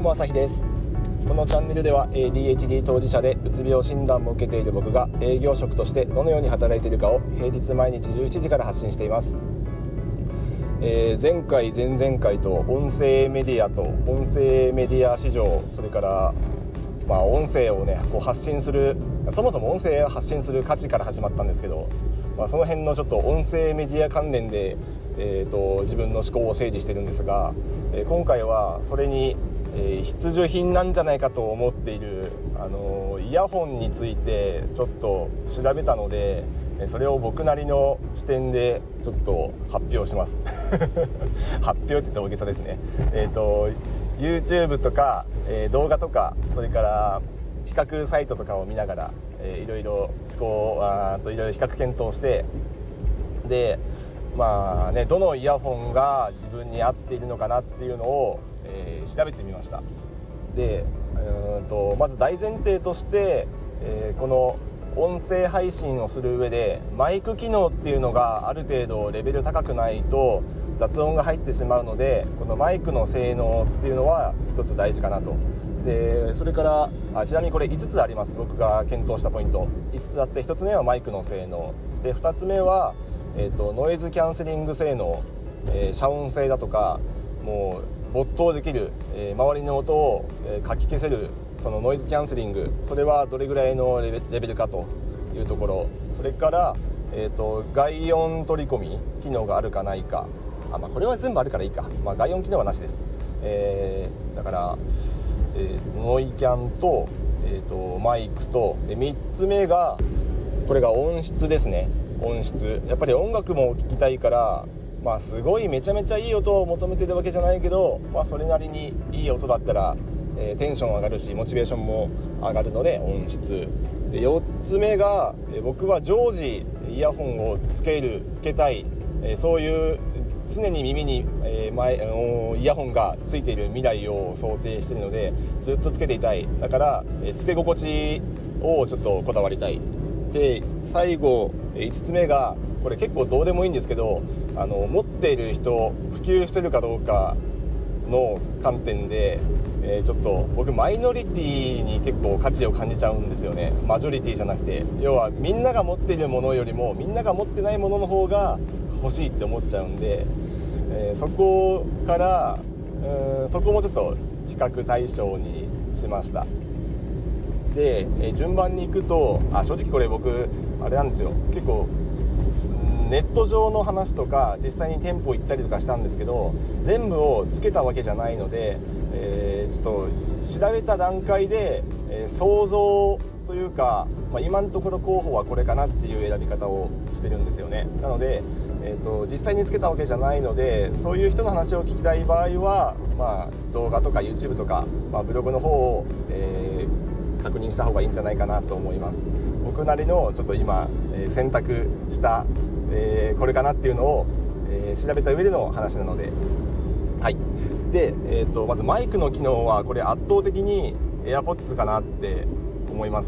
も朝日です。このチャンネルでは ADHD 当事者でうつ病診断も受けている僕が営業職としてどのように働いているかを平日毎日17時から発信しています。前回前々回と音声メディアと音声メディア市場、それから音声をね発信する、そもそも音声を発信する価値から始まったんですけど、その辺のちょっと音声メディア関連で、自分の思考を整理してるんですが、今回はそれに、必需品なんじゃないかと思っているイヤホンについてちょっと調べたので、それを僕なりの視点でちょっと発表します発表って言ったら大げさですね。YouTube とか、動画とか、それから比較サイトとかを見ながら、いろいろいろいろ比較検討して、でどのイヤホンが自分に合っているのかなっていうのを、調べてみました。でまず大前提として、この音声配信をする上でマイク機能っていうのがある程度レベル高くないと雑音が入ってしまうので、このマイクの性能っていうのは一つ大事かなと。でそれからちなみにこれ5つあります。僕が検討したポイント5つあって、1つ目はマイクの性能で、2つ目は、ノイズキャンセリング性能、遮音性だとか、もう没頭できる、周りの音を、かき消せるそのノイズキャンセリング、それはどれぐらいのレベルかというところ、それから、外音取り込み機能があるかないか、これは全部あるからいいか、外音機能はなしです。だから、ノイキャンと、マイクと、で3つ目がこれが音質ですね。音質、やっぱり音楽も聴きたいから、すごいめちゃめちゃいい音を求めてるわけじゃないけど、それなりにいい音だったら、テンション上がるしモチベーションも上がるので音質で、4つ目が、僕は常時イヤホンをつけたい、そういう常に耳に、イヤホンがついている未来を想定しているので、ずっとつけていたい。だから、つけ心地をちょっとこだわりたい。で最後5つ目がこれ結構どうでもいいんですけど、持っている人普及してるかどうかの観点で、ちょっと僕マイノリティに結構価値を感じちゃうんですよね。マジョリティじゃなくて、要はみんなが持っているものよりもみんなが持ってないものの方が欲しいって思っちゃうんで、そこからそこもちょっと比較対象にしました。で、順番に行くと、正直これ僕あれなんですよ、結構ネット上の話とか実際に店舗行ったりとかしたんですけど、全部をつけたわけじゃないので、ちょっと調べた段階で、想像というか、今のところ候補はこれかなっていう選び方をしてるんですよね。なので、実際につけたわけじゃないので、そういう人の話を聞きたい場合は、動画とか YouTube とか、ブログの方を、確認した方がいいんじゃないかなと思います。僕なりのちょっと今、選択した、これかなっていうのを、調べた上での話なので、はい。で、まずマイクの機能はこれ圧倒的に AirPods かなって思います。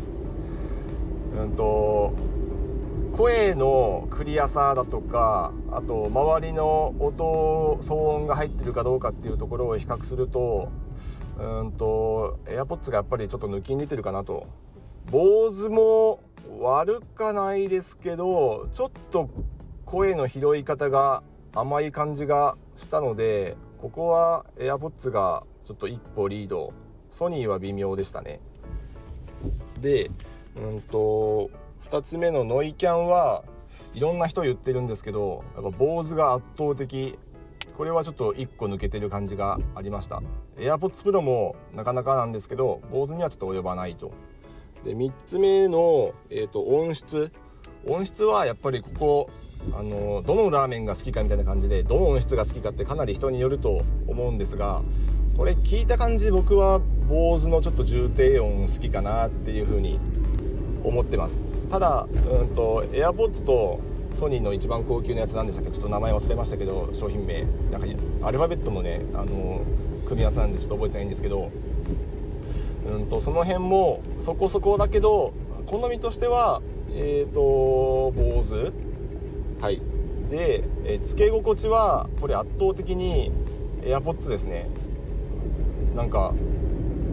声のクリアさだとか、あと周りの騒音が入ってるかどうかっていうところを比較すると、AirPods がやっぱりちょっと抜きに出てるかなと。BOSE も悪かないですけど、ちょっと声の拾い方が甘い感じがしたので、ここは AirPods がちょっと一歩リード。ソニーは微妙でしたね。で、2つ目のノイキャンはいろんな人言ってるんですけど、やっぱ BOSE が圧倒的。これはちょっと1個抜けてる感じがありました。 AirPods Pro もなかなかなんですけど、 BOSE にはちょっと及ばないと。で3つ目の、音質はやっぱりここどのラーメンが好きかみたいな感じで、どの音質が好きかってかなり人によると思うんですが、これ聞いた感じ僕は BOSE のちょっと重低音好きかなっていう風に思ってます。ただAirPods とソニーの一番高級なやつなんでしたっけ、ちょっと名前忘れましたけど、商品名なんかアルファベットのね組み合わせなんでちょっと覚えてないんですけど、その辺もそこそこだけど、好みとしてはBOSE、はいで、つけ心地はこれ圧倒的に AirPods ですね。なんか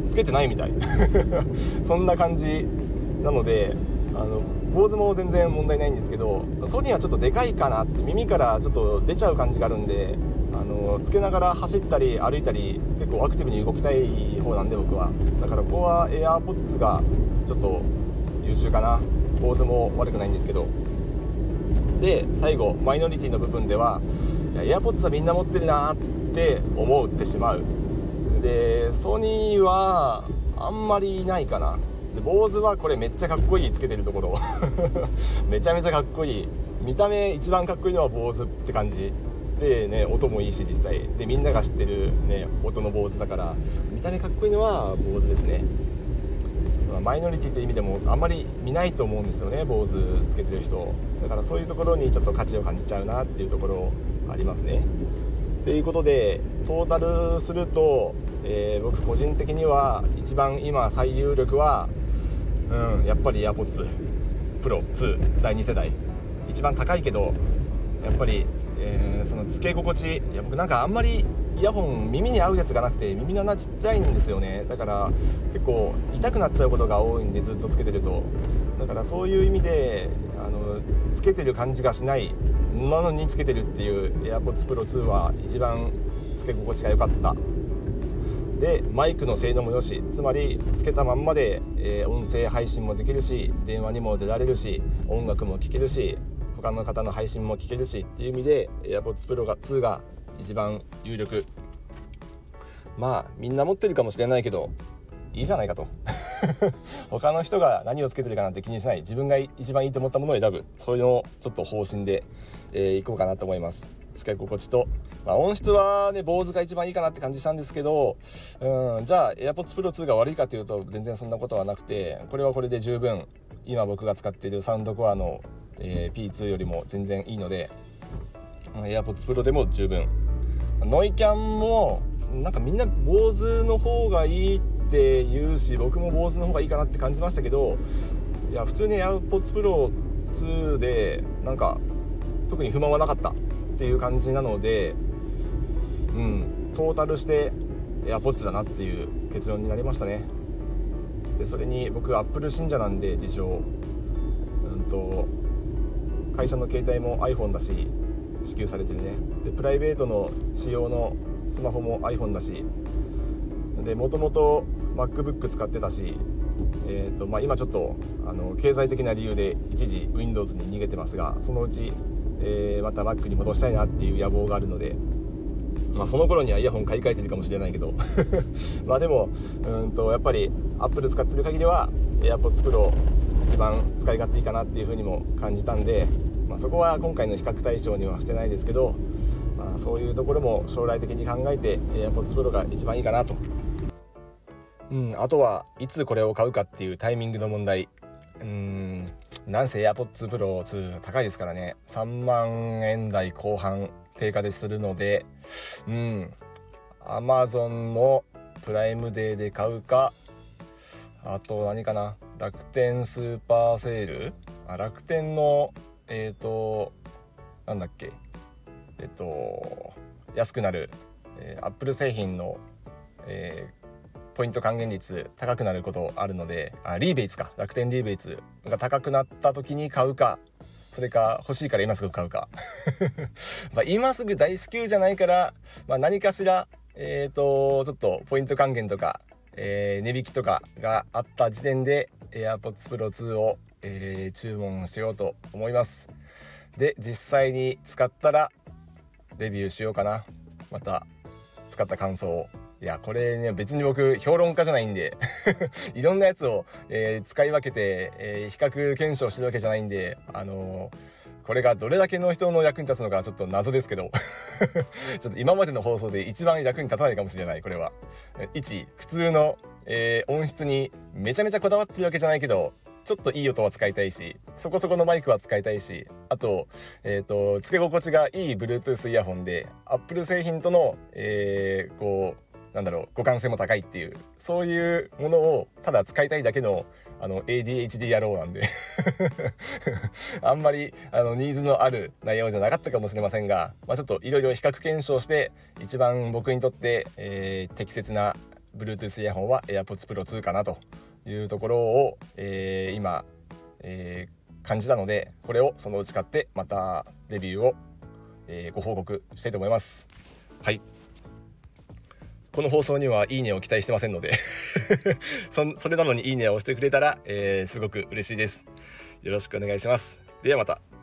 つけてないみたいそんな感じなので坊主も全然問題ないんですけど、ソニーはちょっとでかいかなって、耳からちょっと出ちゃう感じがあるんで、つけながら走ったり歩いたり結構アクティブに動きたい方なんで僕は。だからここは AirPods がちょっと優秀かな。坊主も悪くないんですけど。で最後マイノリティの部分では、AirPods はみんな持ってるなって思ってしまう。でソニーはあんまりないかな。で坊主はこれめっちゃかっこいいつけてるところめちゃめちゃかっこいい。見た目一番かっこいいのは坊主って感じでね、音もいいし実際でみんなが知ってるね音の坊主だから、見た目かっこいいのは坊主ですね。マイノリティって意味でもあんまり見ないと思うんですよね、坊主つけてる人だから。そういうところにちょっと価値を感じちゃうなっていうところありますね。ということでトータルすると、僕個人的には一番今最有力はやっぱり AirPods Pro 2第2世代一番高いけど、やっぱり、そのつけ心地、いや僕なんかあんまりイヤホン耳に合うやつがなくて、耳の穴ちっちゃいんですよね。だから結構痛くなっちゃうことが多いんで、ずっとつけてると。だからそういう意味でつけてる感じがしないなのにつけてるっていう AirPods Pro 2は一番つけ心地が良かった。でマイクの性能もよし、つまりつけたまんまで、音声配信もできるし、電話にも出られるし、音楽も聴けるし、他の方の配信も聞けるしっていう意味で AirPods Pro 2が一番有力。まあみんな持ってるかもしれないけどいいじゃないかと他の人が何をつけてるかなんて気にしない、自分が一番いいと思ったものを選ぶ、そういうのをちょっと方針で、いこうかなと思います。つけ心地と、音質はね坊主が一番いいかなって感じしたんですけど、じゃあ AirPods Pro 2が悪いかというと全然そんなことはなくて、これはこれで十分今僕が使っているサウンドコアの、P2 よりも全然いいので、 AirPods Pro でも十分。ノイキャンもなんかみんな坊主の方がいいって言うし、僕も坊主の方がいいかなって感じましたけど、いや普通に AirPods Pro 2でなんか特に不満はなかったっていう感じなので、トータルして AirPods だなっていう結論になりましたね。でそれに僕 Apple 信者なんで、自称会社の携帯も iPhone だし支給されてるね。でプライベートの仕様のスマホも iPhone だし、でもともと MacBook 使ってたし、今ちょっと経済的な理由で一時 Windows に逃げてますが、そのうち、また Mac に戻したいなっていう野望があるので、その頃にはイヤホン買い替えてるかもしれないけどでもやっぱり Apple 使ってる限りは AirPods Pro 一番使い勝手いいかなっていう風にも感じたんで、そこは今回の比較対象にはしてないですけど、そういうところも将来的に考えて AirPods Pro が一番いいかなと。あとはいつこれを買うかっていうタイミングの問題。なんせ AirPods Pro 2高いですからね。3万円台後半定価でするので、Amazon のプライムデーで買うか、あと何かな、楽天スーパーセール、楽天のなんだっけ、安くなる、Apple 製品の、ポイント還元率高くなることあるので、リーベイツか、楽天リーベイツが高くなった時に買うか、それか欲しいから今すぐ買うか今すぐ大至急じゃないから、何かしらちょっとポイント還元とか、値引きとかがあった時点で AirPods Pro 2を、注文しようと思います。で実際に使ったらレビューしようかな。また使った感想を。いやこれね、別に僕評論家じゃないんでいろんなやつを、使い分けて、比較検証してるわけじゃないんで、これがどれだけの人の役に立つのかちょっと謎ですけどちょっと今までの放送で一番役に立たないかもしれない。これは普通の、音質にめちゃめちゃこだわってるわけじゃないけど、ちょっといい音は使いたいし、そこそこのマイクは使いたいし、あと、つけ心地がいい Bluetooth イヤホンで Apple 製品との、互換性も高いっていう、そういうものをただ使いたいだけのADHD 野郎なんであんまりニーズのある内容じゃなかったかもしれませんが、ちょっといろいろ比較検証して一番僕にとって、適切な Bluetooth イヤホンは AirPods Pro 2かなというところを、今、感じたので、これをそのうち買ってまたレビューを、ご報告したいと思います。はい、この放送にはいいねを期待してませんのでそれなのにいいねを押してくれたら、すごく嬉しいです。よろしくお願いします。ではまた。